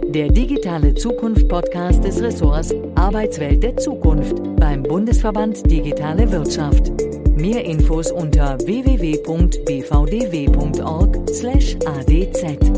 der digitale Zukunft-Podcast des Ressorts Arbeitswelt der Zukunft beim Bundesverband Digitale Wirtschaft. Mehr Infos unter www.bvdw.org/adz.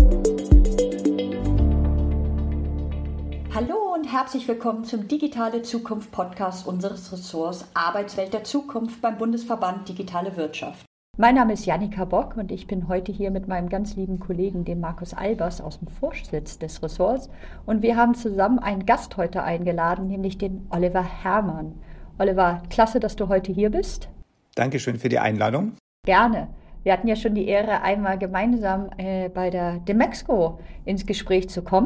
Hallo und herzlich willkommen zum Digitale Zukunft Podcast unseres Ressorts Arbeitswelt der Zukunft beim Bundesverband Digitale Wirtschaft. Mein Name ist Jannika Bock und ich bin heute hier mit meinem ganz lieben Kollegen, dem Markus Albers aus dem Vorsitz des Ressorts. Und wir haben zusammen einen Gast heute eingeladen, nämlich den Oliver Herrmann. Oliver, klasse, dass du heute hier bist. Dankeschön für die Einladung. Gerne. Wir hatten ja schon die Ehre, einmal gemeinsam bei der Demexco ins Gespräch zu kommen.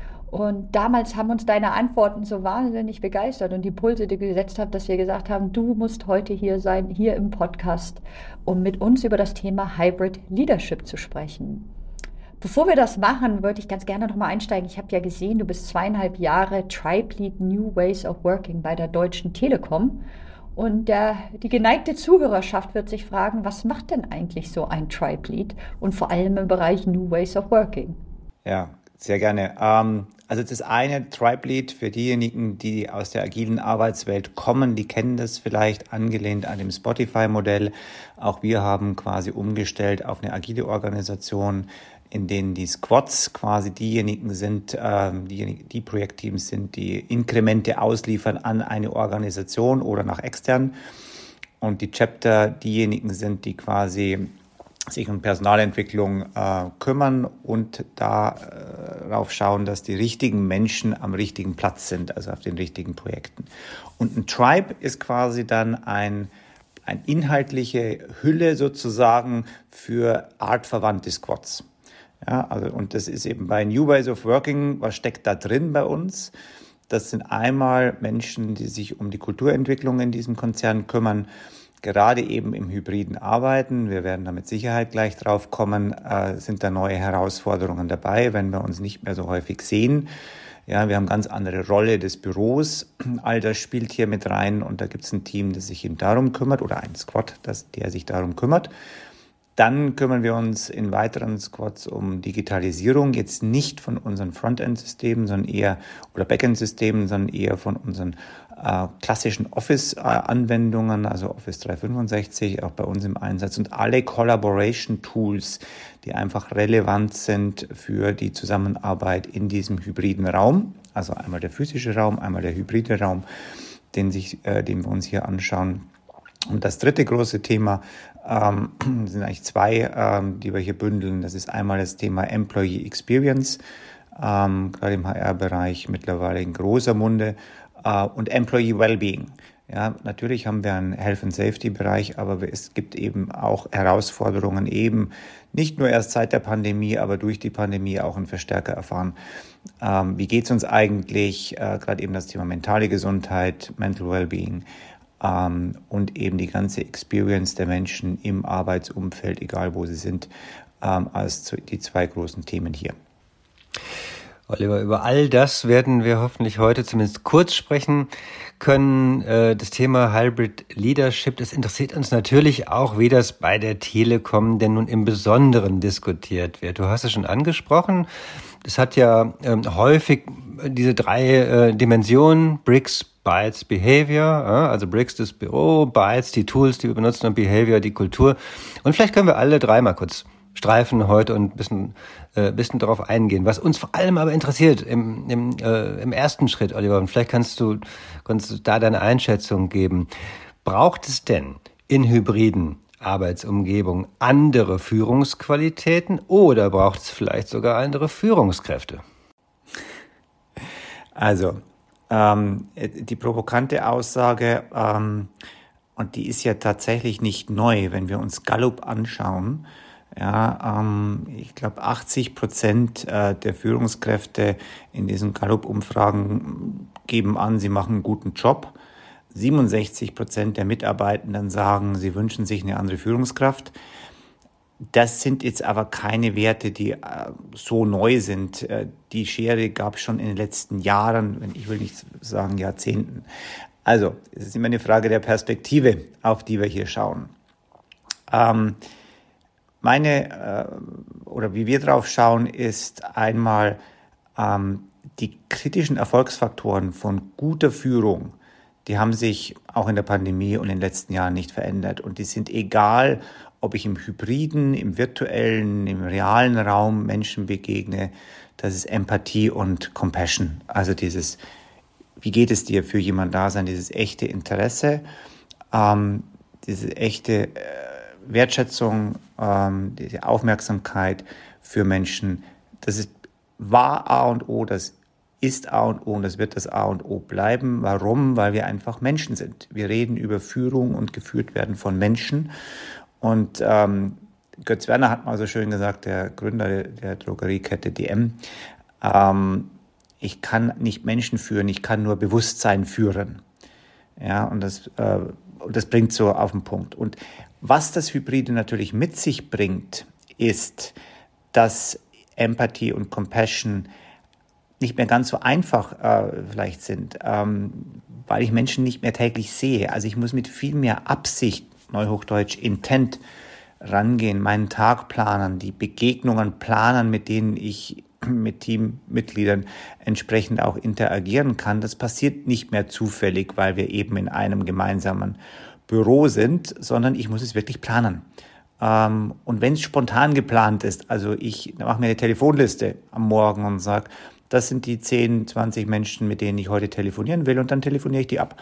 Und damals haben uns deine Antworten so wahnsinnig begeistert und die Impulse, die du gesetzt hast, dass wir gesagt haben, du musst heute hier sein, hier im Podcast, um mit uns über das Thema Hybrid Leadership zu sprechen. Bevor wir das machen, würde ich ganz gerne nochmal einsteigen. Ich habe ja gesehen, du bist 2,5 Jahre Tribe Lead New Ways of Working bei der Deutschen Telekom. Und die geneigte Zuhörerschaft wird sich fragen, was macht denn eigentlich so ein Tribe Lead und vor allem im Bereich New Ways of Working? Ja, sehr gerne. Also das eine Tribe Lead für diejenigen, die aus der agilen Arbeitswelt kommen, die kennen das vielleicht angelehnt an dem Spotify-Modell. Auch wir haben quasi umgestellt auf eine agile Organisation, in denen die Squads quasi diejenigen sind, die Projektteams sind, die Inkremente ausliefern an eine Organisation oder nach extern. Und die Chapter diejenigen sind, die quasi sich um Personalentwicklung kümmern und darauf schauen, dass die richtigen Menschen am richtigen Platz sind, also auf den richtigen Projekten. Und ein Tribe ist quasi dann eine inhaltliche Hülle sozusagen für artverwandte Squads. Ja, also, und das ist eben bei New Ways of Working, was steckt da drin bei uns? Das sind einmal Menschen, die sich um die Kulturentwicklung in diesem Konzern kümmern, gerade eben im hybriden Arbeiten. Wir werden da mit Sicherheit gleich drauf kommen, sind da neue Herausforderungen dabei, wenn wir uns nicht mehr so häufig sehen. Ja, wir haben ganz andere Rolle des Büros. All das spielt hier mit rein und da gibt es ein Team, das sich eben darum kümmert oder ein Squad, der sich darum kümmert. Dann kümmern wir uns in weiteren Squads um Digitalisierung, jetzt nicht von unseren Frontend-Systemen, sondern eher oder Backend-Systemen, sondern eher von unseren klassischen Office-Anwendungen, also Office 365, auch bei uns im Einsatz und alle Collaboration-Tools, die einfach relevant sind für die Zusammenarbeit in diesem hybriden Raum, also einmal der physische Raum, einmal der hybride Raum, den wir uns hier anschauen. Und das dritte große Thema sind eigentlich zwei, die wir hier bündeln. Das ist einmal das Thema Employee Experience, gerade im HR-Bereich mittlerweile in großer Munde, und Employee Wellbeing. Ja, natürlich haben wir einen Health and Safety Bereich, aber es gibt eben auch Herausforderungen, eben nicht nur erst seit der Pandemie, aber durch die Pandemie auch ein Verstärker erfahren. Wie geht's uns eigentlich? Gerade eben das Thema mentale Gesundheit, Mental Wellbeing. Und eben die ganze Experience der Menschen im Arbeitsumfeld, egal wo sie sind, als die zwei großen Themen hier. Oliver, über all das werden wir hoffentlich heute zumindest kurz sprechen können. Das Thema Hybrid Leadership, das interessiert uns natürlich auch, wie das bei der Telekom denn nun im Besonderen diskutiert wird. Du hast es schon angesprochen. Es hat ja häufig diese drei Dimensionen, Bricks, Bytes, Behavior, also Bricks das Büro, Bytes die Tools, die wir benutzen und Behavior die Kultur. Und vielleicht können wir alle drei mal kurz streifen heute und ein bisschen darauf eingehen. Was uns vor allem aber interessiert im ersten Schritt, Oliver, und vielleicht kannst du da deine Einschätzung geben. Braucht es denn in hybriden Arbeitsumgebungen andere Führungsqualitäten oder braucht es vielleicht sogar andere Führungskräfte? Also, die provokante Aussage, und die ist ja tatsächlich nicht neu, wenn wir uns Gallup anschauen. Ja, ich glaube 80% der Führungskräfte in diesen Gallup-Umfragen geben an, sie machen einen guten Job. 67% der Mitarbeitenden sagen, sie wünschen sich eine andere Führungskraft. Das sind jetzt aber keine Werte, die so neu sind. Die Schere gab es schon in den letzten Jahren, ich will nicht sagen Jahrzehnten. Also, es ist immer eine Frage der Perspektive, auf die wir hier schauen. Wie wir drauf schauen, ist einmal Die kritischen Erfolgsfaktoren von guter Führung, die haben sich auch in der Pandemie und in den letzten Jahren nicht verändert. Und die sind egal, ob ich im hybriden, im virtuellen, im realen Raum Menschen begegne. Das ist Empathie und Compassion. Also dieses, wie geht es dir, für jemanden da sein, dieses echte Interesse, diese echte Wertschätzung, diese Aufmerksamkeit für Menschen. Das war A und O, das ist A und O und das wird das A und O bleiben. Warum? Weil wir einfach Menschen sind. Wir reden über Führung und geführt werden von Menschen. Und Götz Werner hat mal so schön gesagt, der Gründer der Drogeriekette DM, ich kann nicht Menschen führen, ich kann nur Bewusstsein führen. Ja, und das bringt so auf den Punkt. Und was das Hybride natürlich mit sich bringt, ist, dass Empathie und Compassion nicht mehr ganz so einfach vielleicht sind, weil ich Menschen nicht mehr täglich sehe. Also ich muss mit viel mehr Absicht, Neuhochdeutsch Intent, rangehen, meinen Tag planen, die Begegnungen planen, mit denen ich mit Teammitgliedern entsprechend auch interagieren kann. Das passiert nicht mehr zufällig, weil wir eben in einem gemeinsamen Büro sind, sondern ich muss es wirklich planen. Und wenn es spontan geplant ist, also ich mache mir eine Telefonliste am Morgen und sage, das sind die 10, 20 Menschen, mit denen ich heute telefonieren will, und dann telefoniere ich die ab.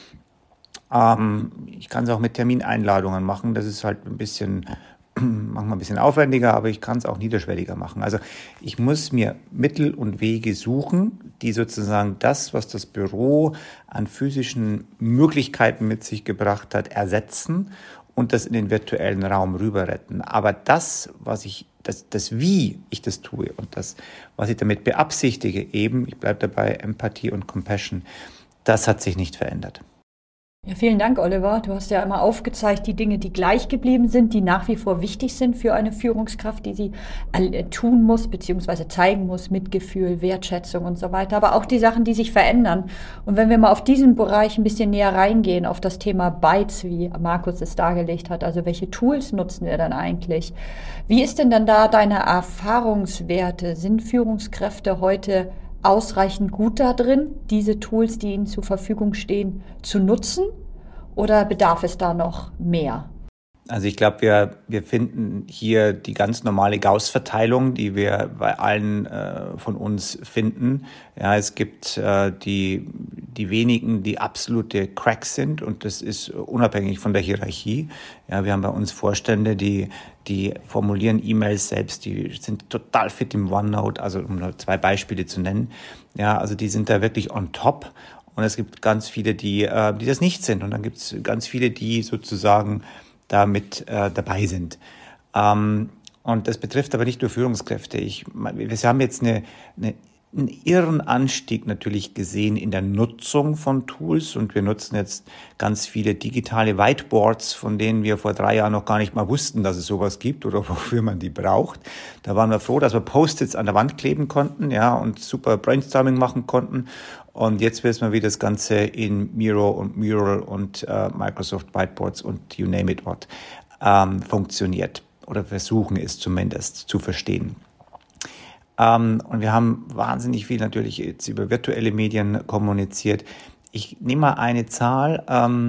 Ich kann es auch mit Termineinladungen machen, das ist halt manchmal ein bisschen aufwendiger, aber ich kann es auch niederschwelliger machen. Also ich muss mir Mittel und Wege suchen, die sozusagen das, was das Büro an physischen Möglichkeiten mit sich gebracht hat, ersetzen und das in den virtuellen Raum rüber retten. Aber das wie ich das tue und das, was ich damit beabsichtige, eben, ich bleibe dabei, Empathie und Compassion, das hat sich nicht verändert. Ja, vielen Dank, Oliver. Du hast ja immer aufgezeigt, die Dinge, die gleich geblieben sind, die nach wie vor wichtig sind für eine Führungskraft, die sie tun muss, beziehungsweise zeigen muss, Mitgefühl, Wertschätzung und so weiter. Aber auch die Sachen, die sich verändern. Und wenn wir mal auf diesen Bereich ein bisschen näher reingehen, auf das Thema Bytes, wie Markus es dargelegt hat, also welche Tools nutzen wir dann eigentlich? Wie ist denn dann da deine Erfahrungswerte? Sind Führungskräfte heute ausreichend gut da drin, diese Tools, die ihnen zur Verfügung stehen, zu nutzen? Oder bedarf es da noch mehr? Also ich glaube, wir finden hier die ganz normale Gauss-Verteilung, die wir bei allen von uns finden. Ja, es gibt die wenigen, die absolute Cracks sind, und das ist unabhängig von der Hierarchie. Ja, wir haben bei uns Vorstände, die formulieren E-Mails selbst, die sind total fit im OneNote, also um nur 2 Beispiele zu nennen. Ja, also die sind da wirklich on top. Und es gibt ganz viele, die das nicht sind. Und dann gibt es ganz viele, die sozusagen damit dabei sind. Und das betrifft aber nicht nur Führungskräfte. Wir haben jetzt einen irren Anstieg natürlich gesehen in der Nutzung von Tools, und wir nutzen jetzt ganz viele digitale Whiteboards, von denen wir vor 3 Jahren noch gar nicht mal wussten, dass es sowas gibt oder wofür man die braucht. Da waren wir froh, dass wir Post-its an der Wand kleben konnten, ja, und super Brainstorming machen konnten. Und jetzt wissen wir, wie das Ganze in Miro und Mural und Microsoft Whiteboards und you name it what funktioniert, oder versuchen es zumindest zu verstehen. Und wir haben wahnsinnig viel natürlich jetzt über virtuelle Medien kommuniziert. Ich nehme mal eine Zahl.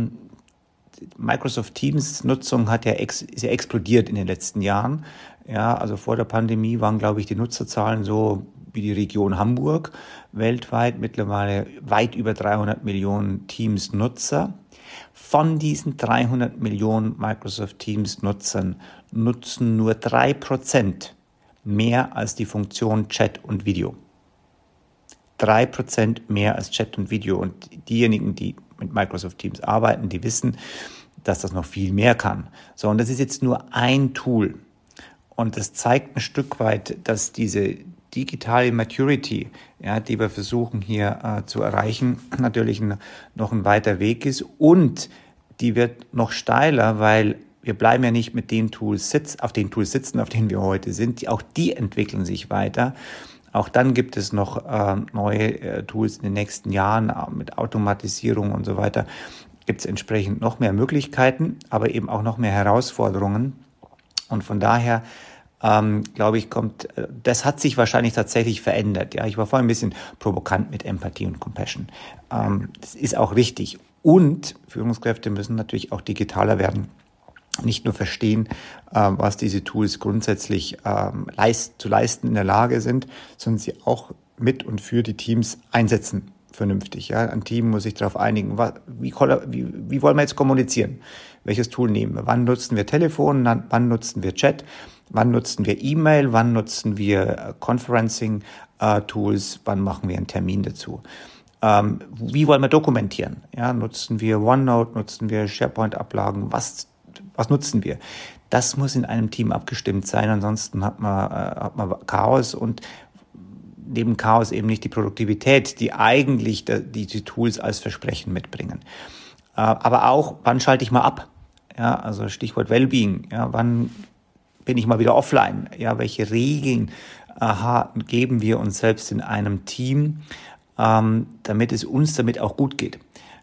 Microsoft Teams Nutzung ist ja explodiert in den letzten Jahren. Ja, also vor der Pandemie waren, glaube ich, die Nutzerzahlen so wie die Region Hamburg weltweit, mittlerweile weit über 300 Millionen Teams-Nutzer. Von diesen 300 Millionen Microsoft Teams-Nutzern nutzen nur 3% mehr als die Funktion Chat und Video. 3% mehr als Chat und Video. Und diejenigen, die mit Microsoft Teams arbeiten, die wissen, dass das noch viel mehr kann. So, und das ist jetzt nur ein Tool. Und das zeigt ein Stück weit, dass diese digitale Maturity, ja, die wir versuchen hier zu erreichen, natürlich noch ein weiter Weg ist, und die wird noch steiler, weil wir bleiben ja nicht mit den Tools auf den Tools sitzen, auf denen wir heute sind. Auch die entwickeln sich weiter. Auch dann gibt es noch neue Tools in den nächsten Jahren mit Automatisierung und so weiter. Gibt es entsprechend noch mehr Möglichkeiten, aber eben auch noch mehr Herausforderungen. Und von daher glaube ich, das hat sich wahrscheinlich tatsächlich verändert. Ja, ich war vorhin ein bisschen provokant mit Empathie und Compassion. Das ist auch richtig. Und Führungskräfte müssen natürlich auch digitaler werden. Nicht nur verstehen, was diese Tools grundsätzlich zu leisten in der Lage sind, sondern sie auch mit und für die Teams einsetzen, vernünftig. Ja? Ein Team muss sich darauf einigen, wie wollen wir jetzt kommunizieren? Welches Tool nehmen wir? Wann nutzen wir Telefon? Wann nutzen wir Chat? Wann nutzen wir E-Mail? Wann nutzen wir Conferencing-Tools? Wann machen wir einen Termin dazu? Wie wollen wir dokumentieren? Ja, nutzen wir OneNote? Nutzen wir SharePoint-Ablagen? Was nutzen wir? Das muss in einem Team abgestimmt sein, ansonsten hat man Chaos und neben Chaos eben nicht die Produktivität, die eigentlich die Tools als Versprechen mitbringen. Aber auch, wann schalte ich mal ab? Ja, also Stichwort Wellbeing. Ja, wann bin ich mal wieder offline? Ja, welche Regeln geben wir uns selbst in einem Team, damit es uns damit auch gut geht?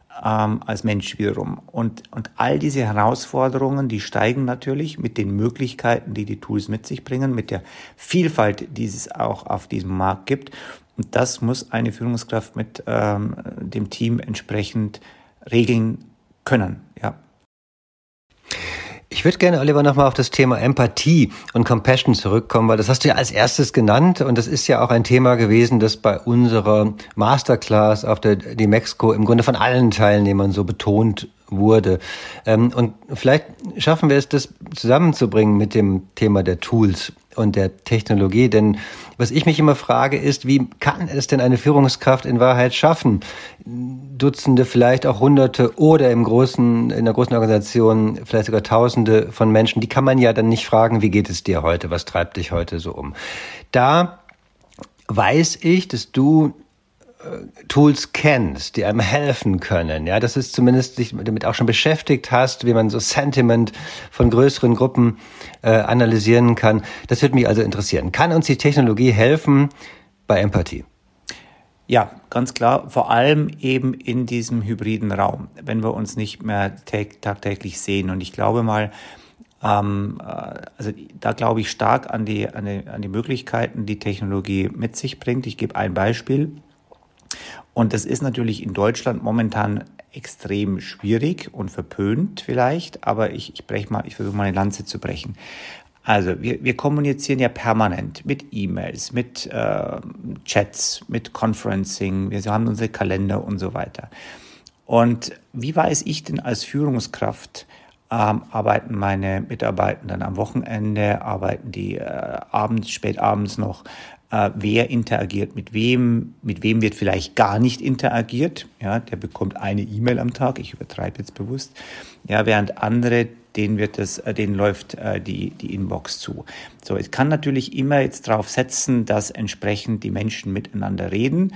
Als Mensch wiederum. Und all diese Herausforderungen, die steigen natürlich mit den Möglichkeiten, die Tools mit sich bringen, mit der Vielfalt, die es auch auf diesem Markt gibt. Und das muss eine Führungskraft mit dem Team entsprechend regeln können. Ja. Ich würde gerne, Oliver, nochmal auf das Thema Empathie und Compassion zurückkommen, weil das hast du ja als erstes genannt und das ist ja auch ein Thema gewesen, das bei unserer Masterclass auf der Demexco im Grunde von allen Teilnehmern so betont wurde. Und vielleicht schaffen wir es, das zusammenzubringen mit dem Thema der Tools und der Technologie. Denn was ich mich immer frage, ist, wie kann es denn eine Führungskraft in Wahrheit schaffen? Dutzende, vielleicht auch Hunderte oder in einer großen Organisation vielleicht sogar Tausende von Menschen, die kann man ja dann nicht fragen, wie geht es dir heute? Was treibt dich heute so um? Da weiß ich, dass du Tools kennst, die einem helfen können. Ja, dass es zumindest dich damit auch schon beschäftigt hast, wie man so Sentiment von größeren Gruppen analysieren kann. Das würde mich also interessieren. Kann uns die Technologie helfen bei Empathie? Ja, ganz klar, vor allem eben in diesem hybriden Raum, wenn wir uns nicht mehr tagtäglich sehen. Und ich glaube mal, also da glaube ich stark an die Möglichkeiten, die Technologie mit sich bringt. Ich gebe ein Beispiel. Und das ist natürlich in Deutschland momentan extrem schwierig und verpönt vielleicht, aber ich versuche mal eine Lanze zu brechen. Also wir kommunizieren ja permanent mit E-Mails, mit Chats, mit Conferencing, wir haben unsere Kalender und so weiter. Und wie weiß ich denn als Führungskraft, arbeiten meine Mitarbeitenden am Wochenende, arbeiten die spät abends noch, wer interagiert mit wem wird vielleicht gar nicht interagiert, ja, der bekommt eine E-Mail am Tag, ich übertreibe jetzt bewusst, ja, während andere, denen läuft die Inbox zu. So, ich kann natürlich immer jetzt drauf setzen, dass entsprechend die Menschen miteinander reden.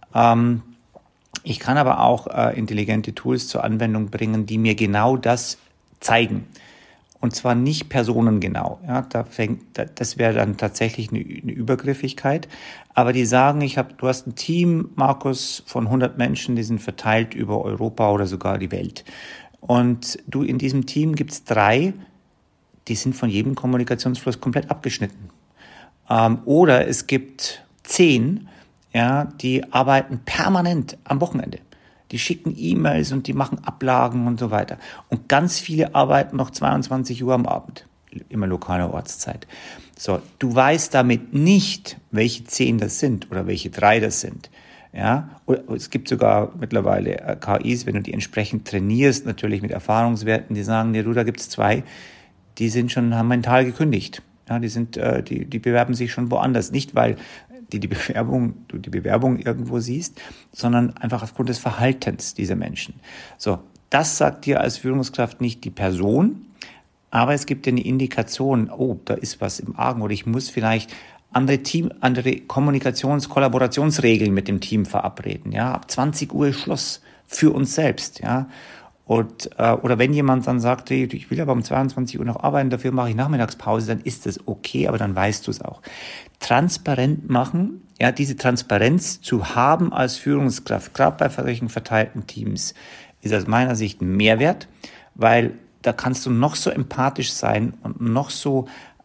Ich kann aber auch intelligente Tools zur Anwendung bringen, die mir genau das zeigen. Und zwar nicht personengenau. Ja, das wäre dann tatsächlich eine Übergriffigkeit. Aber die sagen, du hast ein Team, Markus, von 100 Menschen, die sind verteilt über Europa oder sogar die Welt. Und in diesem Team gibt es 3, die sind von jedem Kommunikationsfluss komplett abgeschnitten. Oder es gibt 10, ja, die arbeiten permanent am Wochenende. Die schicken E-Mails und die machen Ablagen und so weiter. Und ganz viele arbeiten noch 22 Uhr am Abend, immer lokale Ortszeit. So, du weißt damit nicht, welche 10 das sind oder welche 3 das sind. Ja, es gibt sogar mittlerweile KIs, wenn du die entsprechend trainierst, natürlich mit Erfahrungswerten, die sagen dir, da gibt es 2, haben mental gekündigt. Ja, die bewerben sich schon woanders. Nicht, weil du die Bewerbung irgendwo siehst, sondern einfach aufgrund des Verhaltens dieser Menschen. So, das sagt dir als Führungskraft nicht die Person, aber es gibt dir eine Indikation, da ist was im Argen oder ich muss vielleicht andere Kollaborationsregeln mit dem Team verabreden. Ja, ab 20 Uhr ist Schluss für uns selbst. Ja, oder wenn jemand dann sagt, ich will aber um 22 Uhr noch arbeiten, dafür mache ich Nachmittagspause, dann ist das okay, aber dann weißt du es auch. Transparent machen, ja, diese Transparenz zu haben als Führungskraft, gerade bei solchen verteilten Teams, ist aus meiner Sicht ein Mehrwert, weil da kannst du noch so empathisch sein und noch so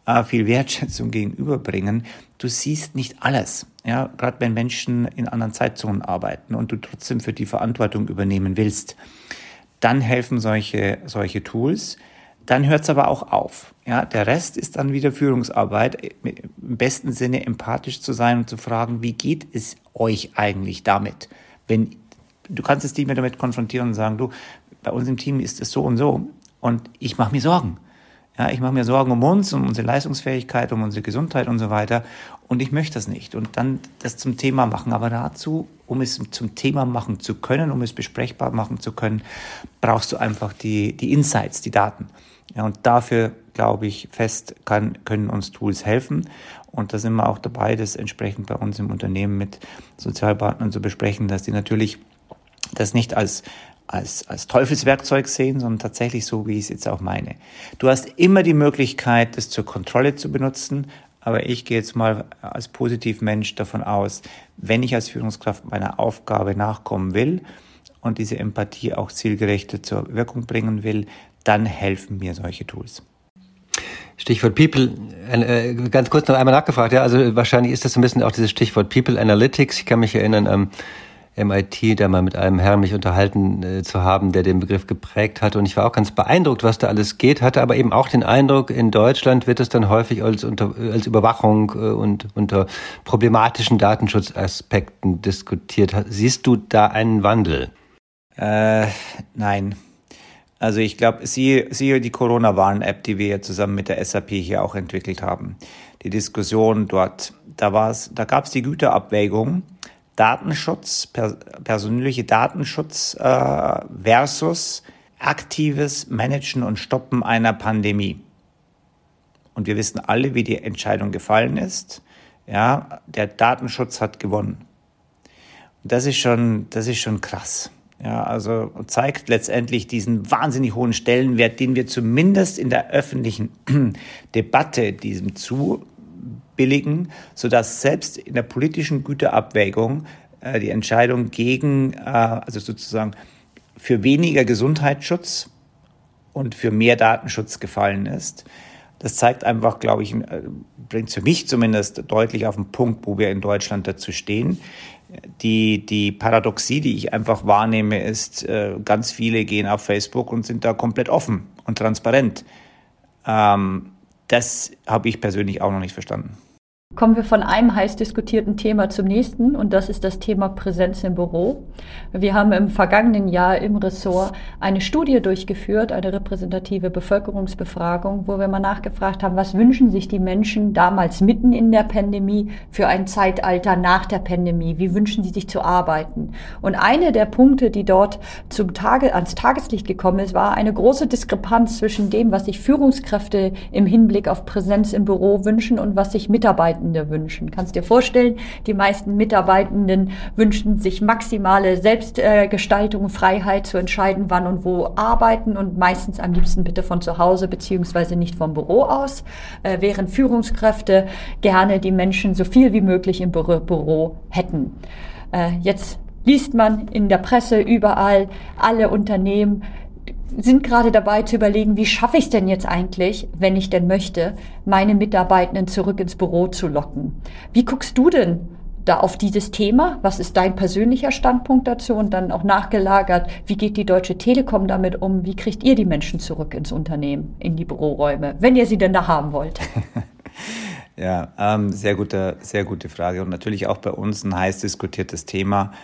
viel Wertschätzung gegenüberbringen. Du siehst nicht alles, ja, gerade wenn Menschen in anderen Zeitzonen arbeiten und du trotzdem für die Verantwortung übernehmen willst, dann helfen solche Tools. Dann hört es aber auch auf. Ja, der Rest ist dann wieder Führungsarbeit, im besten Sinne empathisch zu sein und zu fragen, wie geht es euch eigentlich damit? Wenn du kannst das Team damit konfrontieren und sagen, du, bei uns im Team ist es so und ich mache mir Sorgen. Ja, ich mache mir Sorgen um uns, um unsere Leistungsfähigkeit, um unsere Gesundheit und so weiter und ich möchte das nicht. Und dann das zum Thema machen. Aber dazu, um es zum Thema machen zu können, um es besprechbar machen zu können, brauchst du einfach die Insights, die Daten. Ja, und dafür, glaube ich, können uns Tools helfen. Und da sind wir auch dabei, das entsprechend bei uns im Unternehmen mit Sozialpartnern zu besprechen, dass die natürlich das nicht als Teufelswerkzeug sehen, sondern tatsächlich so, wie ich es jetzt auch meine. Du hast immer die Möglichkeit, das zur Kontrolle zu benutzen, aber ich gehe jetzt mal als Positivmensch davon aus, wenn ich als Führungskraft meiner Aufgabe nachkommen will und diese Empathie auch zielgerichtet zur Wirkung bringen will, dann helfen mir solche Tools. Stichwort People, ganz kurz noch einmal nachgefragt, ja, also wahrscheinlich ist das so ein bisschen auch dieses Stichwort People Analytics. Ich kann mich erinnern, MIT, da mal mit einem Herrn mich unterhalten zu haben, der den Begriff geprägt hat. Und ich war auch ganz beeindruckt, was da alles geht, hatte aber eben auch den Eindruck, in Deutschland wird es dann häufig als Überwachung und unter problematischen Datenschutzaspekten diskutiert. Siehst du da einen Wandel? Nein. Also ich glaube, siehe die Corona-Warn-App, die wir ja zusammen mit der SAP hier auch entwickelt haben. Die Diskussion dort, da gab es die Güterabwägung, Datenschutz, persönliche Datenschutz versus aktives Managen und Stoppen einer Pandemie. Und wir wissen alle, wie die Entscheidung gefallen ist. Ja, der Datenschutz hat gewonnen. Und das ist schon krass. Ja, also zeigt letztendlich diesen wahnsinnig hohen Stellenwert, den wir zumindest in der öffentlichen Debatte diesem zubilligen, sodass selbst in der politischen Güterabwägung die Entscheidung gegen, also sozusagen für weniger Gesundheitsschutz und für mehr Datenschutz gefallen ist. Das zeigt einfach, glaube ich, bringt es für mich zumindest deutlich auf den Punkt, wo wir in Deutschland dazu stehen. Die Paradoxie, die ich einfach wahrnehme, ist, ganz viele gehen auf Facebook und sind da komplett offen und transparent. Das habe ich persönlich auch noch nicht verstanden. Kommen wir von einem heiß diskutierten Thema zum nächsten und das ist das Thema Präsenz im Büro. Wir haben im vergangenen Jahr im Ressort eine Studie durchgeführt, eine repräsentative Bevölkerungsbefragung, wo wir mal nachgefragt haben, was wünschen sich die Menschen damals mitten in der Pandemie für ein Zeitalter nach der Pandemie? Wie wünschen sie sich zu arbeiten? Und eine der Punkte, die dort ans Tageslicht gekommen ist, war eine große Diskrepanz zwischen dem, was sich Führungskräfte im Hinblick auf Präsenz im Büro wünschen und was sich Mitarbeitende wünschen. Kannst dir vorstellen, die meisten Mitarbeitenden wünschen sich maximale Selbstgestaltung, Freiheit zu entscheiden, wann und wo arbeiten und meistens am liebsten bitte von zu Hause beziehungsweise nicht vom Büro aus, während Führungskräfte gerne die Menschen so viel wie möglich im Büro hätten. Jetzt liest man in der Presse überall, alle Unternehmen sind gerade dabei zu überlegen, wie schaffe ich es denn jetzt eigentlich, wenn ich denn möchte, meine Mitarbeitenden zurück ins Büro zu locken. Wie guckst du denn da auf dieses Thema? Was ist dein persönlicher Standpunkt dazu? Und dann auch nachgelagert, wie geht die Deutsche Telekom damit um? Wie kriegt ihr die Menschen zurück ins Unternehmen, in die Büroräume, wenn ihr sie denn da haben wollt? Ja, sehr gute Frage und natürlich auch bei uns ein heiß diskutiertes Thema.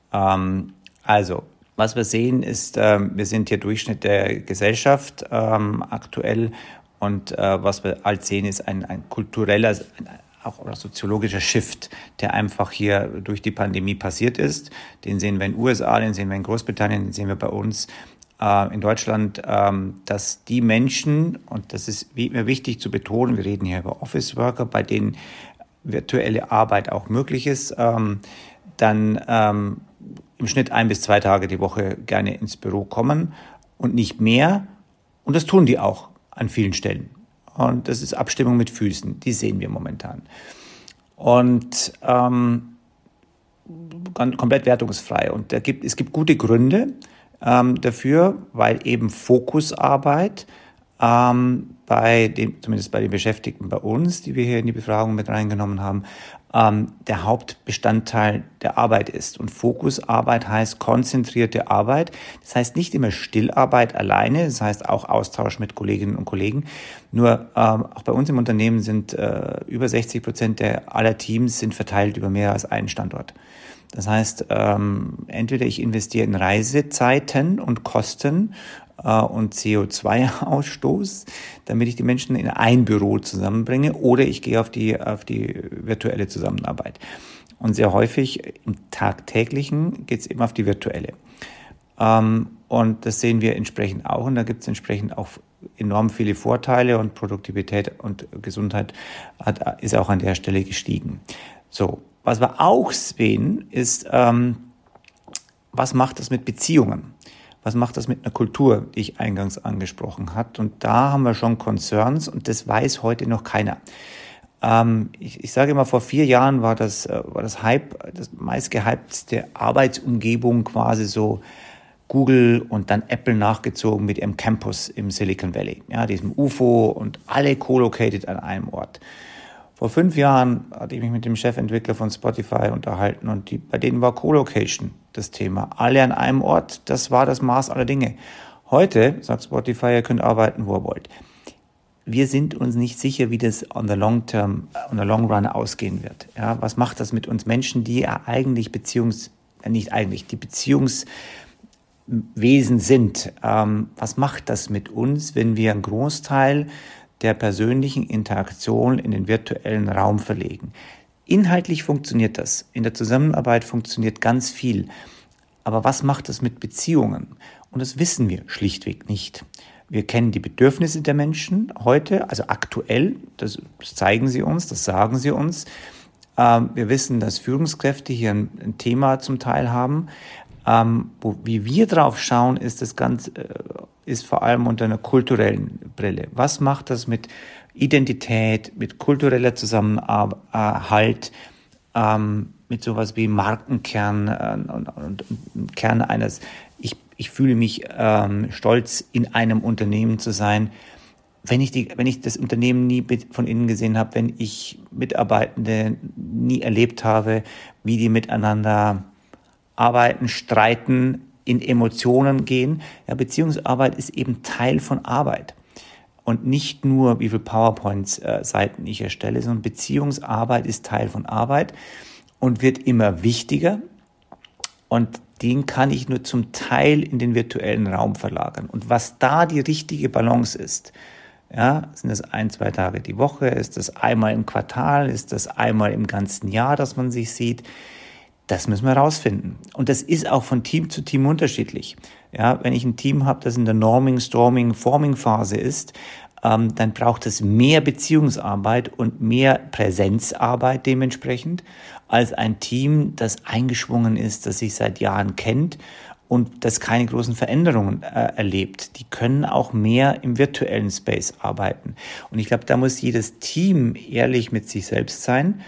Was wir sehen ist, wir sind hier Durchschnitt der Gesellschaft aktuell und was wir halt sehen ist ein kultureller, oder soziologischer Shift, der einfach hier durch die Pandemie passiert ist. Den sehen wir in den USA, den sehen wir in Großbritannien, den sehen wir bei uns in Deutschland, dass die Menschen, und das ist wie immer wichtig zu betonen, wir reden hier über Office-Worker, bei denen virtuelle Arbeit auch möglich ist, dann im Schnitt 1 bis 2 Tage die Woche gerne ins Büro kommen und nicht mehr. Und das tun die auch an vielen Stellen. Und das ist Abstimmung mit Füßen, die sehen wir momentan. Und komplett wertungsfrei. Und es gibt gute Gründe dafür, weil eben Fokusarbeit zumindest bei den Beschäftigten bei uns, die wir hier in die Befragung mit reingenommen haben, der Hauptbestandteil der Arbeit ist. Und Fokusarbeit heißt konzentrierte Arbeit. Das heißt nicht immer Stillarbeit alleine, das heißt auch Austausch mit Kolleginnen und Kollegen. Nur auch bei uns im Unternehmen sind über 60% aller Teams sind verteilt über mehr als einen Standort. Das heißt, entweder ich investiere in Reisezeiten und Kosten und CO2-Ausstoß, damit ich die Menschen in ein Büro zusammenbringe, oder ich gehe auf die virtuelle Zusammenarbeit. Und sehr häufig im Tagtäglichen geht es eben auf die virtuelle. Und das sehen wir entsprechend auch, und da gibt es entsprechend auch enorm viele Vorteile, und Produktivität und Gesundheit ist auch an der Stelle gestiegen. So, was wir auch sehen, ist, was macht das mit Beziehungen? Was macht das mit einer Kultur, die ich eingangs angesprochen habe? Und da haben wir schon Concerns, und das weiß heute noch keiner. Ich sage immer, vor 4 Jahren war das meistgehypteste Arbeitsumgebung quasi so Google und dann Apple nachgezogen mit ihrem Campus im Silicon Valley, ja, diesem UFO, und alle co-located an einem Ort. Vor 5 Jahren hatte ich mich mit dem Chefentwickler von Spotify unterhalten, und bei denen war Co-Location das Thema. Alle an einem Ort, das war das Maß aller Dinge. Heute sagt Spotify, ihr könnt arbeiten, wo ihr wollt. Wir sind uns nicht sicher, wie das on the long run ausgehen wird. Ja, was macht das mit uns Menschen, die eigentlich die Beziehungswesen sind? Was macht das mit uns, wenn wir einen Großteil der persönlichen Interaktion in den virtuellen Raum verlegen? Inhaltlich funktioniert das. In der Zusammenarbeit funktioniert ganz viel. Aber was macht das mit Beziehungen? Und das wissen wir schlichtweg nicht. Wir kennen die Bedürfnisse der Menschen heute, also aktuell, das zeigen sie uns, das sagen sie uns. Wir wissen, dass Führungskräfte hier ein Thema zum Teil haben. Wie wir drauf schauen, ist das Ganze ist vor allem unter einer kulturellen Brille. Was macht das mit Identität, mit kultureller Zusammenhalt, mit sowas wie Markenkern und Kern eines, ich fühle mich stolz, in einem Unternehmen zu sein. Wenn ich das Unternehmen nie von innen gesehen habe, wenn ich Mitarbeitende nie erlebt habe, wie die miteinander arbeiten, streiten, in Emotionen gehen. Ja, Beziehungsarbeit ist eben Teil von Arbeit. Und nicht nur, wie viele PowerPoint-Seiten ich erstelle, sondern Beziehungsarbeit ist Teil von Arbeit und wird immer wichtiger. Und den kann ich nur zum Teil in den virtuellen Raum verlagern. Und was da die richtige Balance ist, ja, sind das 1-2 Tage die Woche, ist das einmal im Quartal, ist das einmal im ganzen Jahr, dass man sich sieht, das müssen wir herausfinden. Und das ist auch von Team zu Team unterschiedlich. Ja, wenn ich ein Team habe, das in der Norming, Storming, Forming-Phase ist, dann braucht es mehr Beziehungsarbeit und mehr Präsenzarbeit dementsprechend, als ein Team, das eingeschwungen ist, das sich seit Jahren kennt und das keine großen Veränderungen erlebt. Die können auch mehr im virtuellen Space arbeiten. Und ich glaube, da muss jedes Team ehrlich mit sich selbst sein,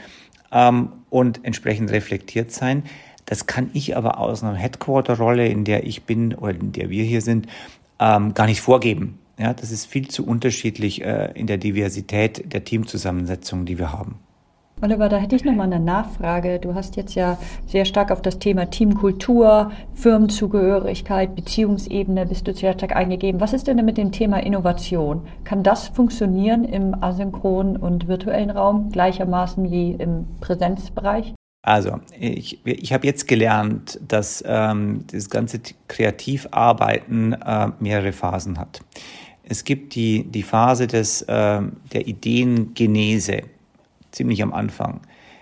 und entsprechend reflektiert sein. Das kann ich aber aus einer Headquarter-Rolle, in der ich bin oder in der wir hier sind, gar nicht vorgeben. Ja, das ist viel zu unterschiedlich in der Diversität der Teamzusammensetzung, die wir haben. Oliver, da hätte ich nochmal eine Nachfrage. Du hast jetzt ja sehr stark auf das Thema Teamkultur, Firmenzugehörigkeit, Beziehungsebene bist du sehr stark eingegeben. Was ist denn mit dem Thema Innovation? Kann das funktionieren im asynchronen und virtuellen Raum gleichermaßen wie im Präsenzbereich? Also, ich habe jetzt gelernt, dass das ganze Kreativarbeiten mehrere Phasen hat. Es gibt die Phase der Ideengenese, ziemlich am Anfang.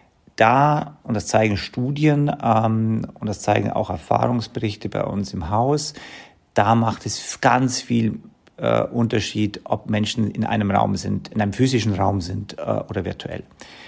Da, und das zeigen Studien und das zeigen auch Erfahrungsberichte bei uns im Haus, da macht es ganz viel Unterschied, ob Menschen in einem Raum sind, in einem physischen Raum sind oder virtuell.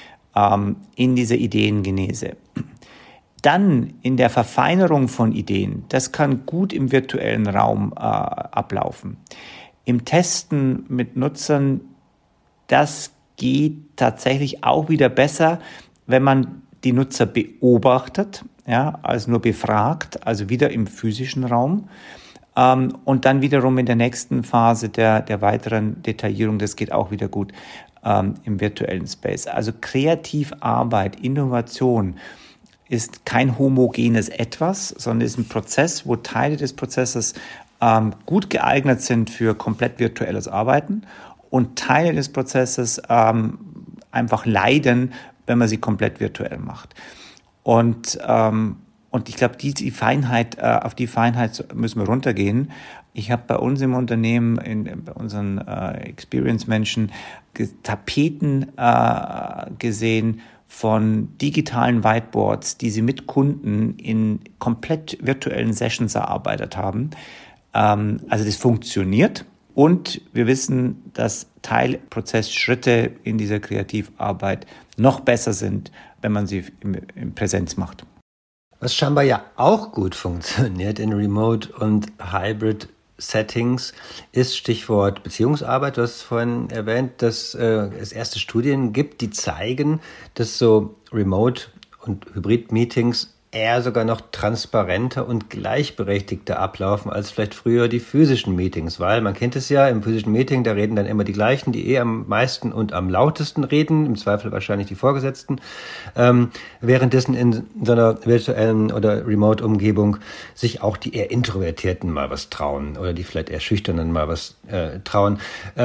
In dieser Ideengenese. Dann in der Verfeinerung von Ideen, das kann gut im virtuellen Raum ablaufen. Im Testen mit Nutzern, das geht tatsächlich auch wieder besser, wenn man die Nutzer beobachtet, ja, als nur befragt, also wieder im physischen Raum. Und dann wiederum in der nächsten Phase der weiteren Detaillierung, das geht auch wieder gut im virtuellen Space. Also Kreativarbeit, Innovation ist kein homogenes Etwas, sondern ist ein Prozess, wo Teile des Prozesses gut geeignet sind für komplett virtuelles Arbeiten und Teile des Prozesses einfach leiden, wenn man sie komplett virtuell macht. Und ich glaube, die Feinheit, auf die Feinheit müssen wir runtergehen. Ich habe bei uns im Unternehmen, bei unseren Experience-Menschen, Tapeten gesehen von digitalen Whiteboards, die sie mit Kunden in komplett virtuellen Sessions erarbeitet haben. Also das funktioniert. Und wir wissen, dass Teilprozessschritte in dieser Kreativarbeit noch besser sind, wenn man sie in Präsenz macht. Was scheinbar ja auch gut funktioniert in Remote- und Hybrid-Settings ist Stichwort Beziehungsarbeit. Du hast vorhin erwähnt, dass es erste Studien gibt, die zeigen, dass so Remote- und Hybrid-Meetings eher sogar noch transparenter und gleichberechtigter ablaufen als vielleicht früher die physischen Meetings, weil man kennt es ja, im physischen Meeting, da reden dann immer die gleichen, die am meisten und am lautesten reden, im Zweifel wahrscheinlich die Vorgesetzten, währenddessen in so einer virtuellen oder Remote-Umgebung sich auch die eher Introvertierten mal was trauen oder die vielleicht eher Schüchternen mal was trauen.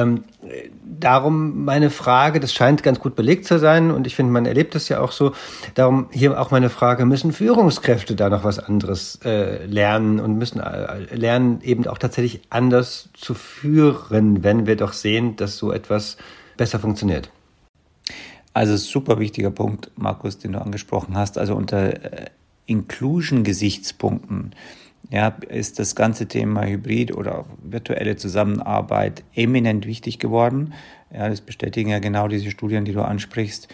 Darum meine Frage, das scheint ganz gut belegt zu sein und ich finde, man erlebt das ja auch so, darum hier auch meine Frage, müssen Führungskräfte da noch was anderes lernen und müssen lernen, eben auch tatsächlich anders zu führen, wenn wir doch sehen, dass so etwas besser funktioniert? Also super wichtiger Punkt, Markus, den du angesprochen hast. Also unter Inclusion-Gesichtspunkten ist das ganze Thema Hybrid oder virtuelle Zusammenarbeit eminent wichtig geworden. Ja, das bestätigen ja genau diese Studien, die du ansprichst,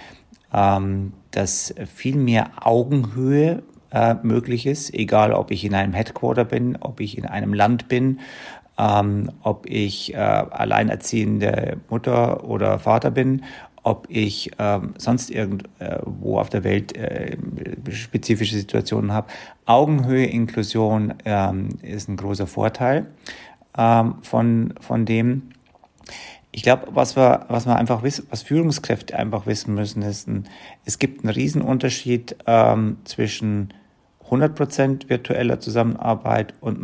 dass viel mehr Augenhöhe möglich ist, egal ob ich in einem Headquarter bin, ob ich in einem Land bin, ob ich alleinerziehende Mutter oder Vater bin, ob ich sonst irgendwo auf der Welt spezifische Situationen habe. Augenhöhe, Inklusion ist ein großer Vorteil von dem. Ich glaube, was wir einfach wissen, was Führungskräfte einfach wissen müssen, ist, es gibt einen Riesenunterschied zwischen 100% virtueller Zusammenarbeit und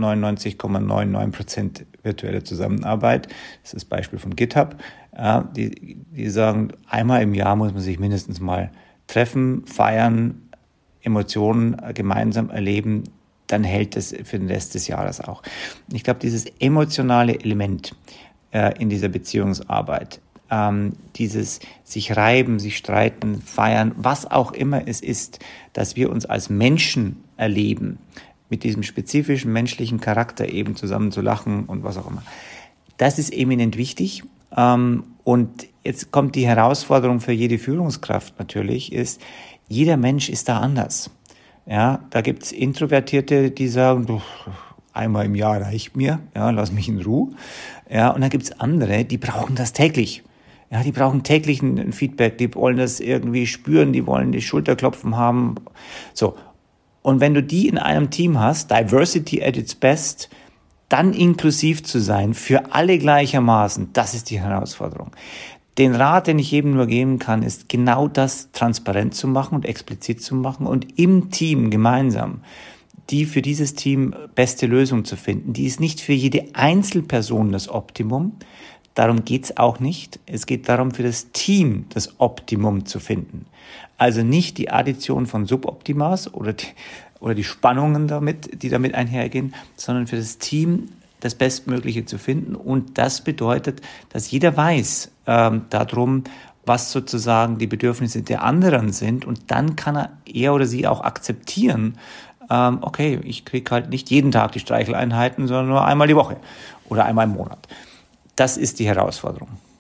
99,99% virtuelle Zusammenarbeit. Das ist das Beispiel von GitHub. Die sagen, einmal im Jahr muss man sich mindestens mal treffen, feiern, Emotionen gemeinsam erleben, dann hält das für den Rest des Jahres auch. Ich glaube, dieses emotionale Element in dieser Beziehungsarbeit, dieses sich reiben, sich streiten, feiern, was auch immer es ist, dass wir uns als Menschen erleben, mit diesem spezifischen menschlichen Charakter eben zusammen zu lachen und was auch immer. Das ist eminent wichtig. Und jetzt kommt die Herausforderung für jede Führungskraft natürlich, ist, jeder Mensch ist da anders. Ja, da gibt's Introvertierte, die sagen, einmal im Jahr reicht mir, ja, lass mich in Ruhe. Ja, und dann gibt's andere, die brauchen das täglich. Ja, die brauchen täglich ein Feedback, die wollen das irgendwie spüren, die wollen die Schulterklopfen haben. So. Und wenn du die in einem Team hast, Diversity at its best, dann inklusiv zu sein, für alle gleichermaßen, das ist die Herausforderung. Den Rat, den ich jedem nur geben kann, ist genau das transparent zu machen und explizit zu machen und im Team gemeinsam die für dieses Team beste Lösung zu finden. Die ist nicht für jede Einzelperson das Optimum. Darum geht's auch nicht. Es geht darum, für das Team das Optimum zu finden. Also nicht die Addition von Suboptimas oder die Spannungen die damit einhergehen, sondern für das Team das Bestmögliche zu finden. Und das bedeutet, dass jeder weiß darum, was sozusagen die Bedürfnisse der anderen sind. Und dann kann er oder sie auch akzeptieren, okay, ich kriege halt nicht jeden Tag die Streicheleinheiten, sondern nur einmal die Woche oder einmal im Monat. Das ist die Herausforderung.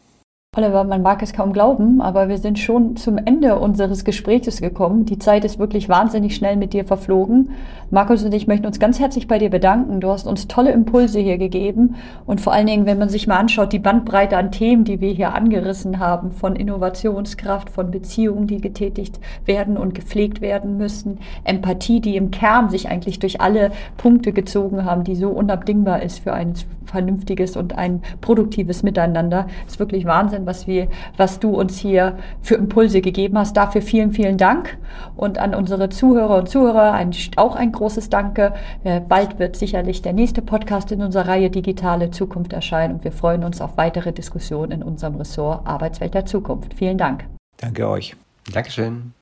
Oliver, man mag es kaum glauben, aber wir sind schon zum Ende unseres Gesprächs gekommen. Die Zeit ist wirklich wahnsinnig schnell mit dir verflogen. Markus und ich möchten uns ganz herzlich bei dir bedanken. Du hast uns tolle Impulse hier gegeben und vor allen Dingen, wenn man sich mal anschaut, die Bandbreite an Themen, die wir hier angerissen haben, von Innovationskraft, von Beziehungen, die getätigt werden und gepflegt werden müssen, Empathie, die im Kern sich eigentlich durch alle Punkte gezogen haben, die so unabdingbar ist für ein vernünftiges und ein produktives Miteinander. Das ist wirklich Wahnsinn, was du uns hier für Impulse gegeben hast. Dafür vielen, vielen Dank. Und an unsere Zuhörer und Zuhörer auch ein großes Danke. Bald wird sicherlich der nächste Podcast in unserer Reihe Digitale Zukunft erscheinen. Und wir freuen uns auf weitere Diskussionen in unserem Ressort Arbeitswelt der Zukunft. Vielen Dank. Danke euch. Dankeschön.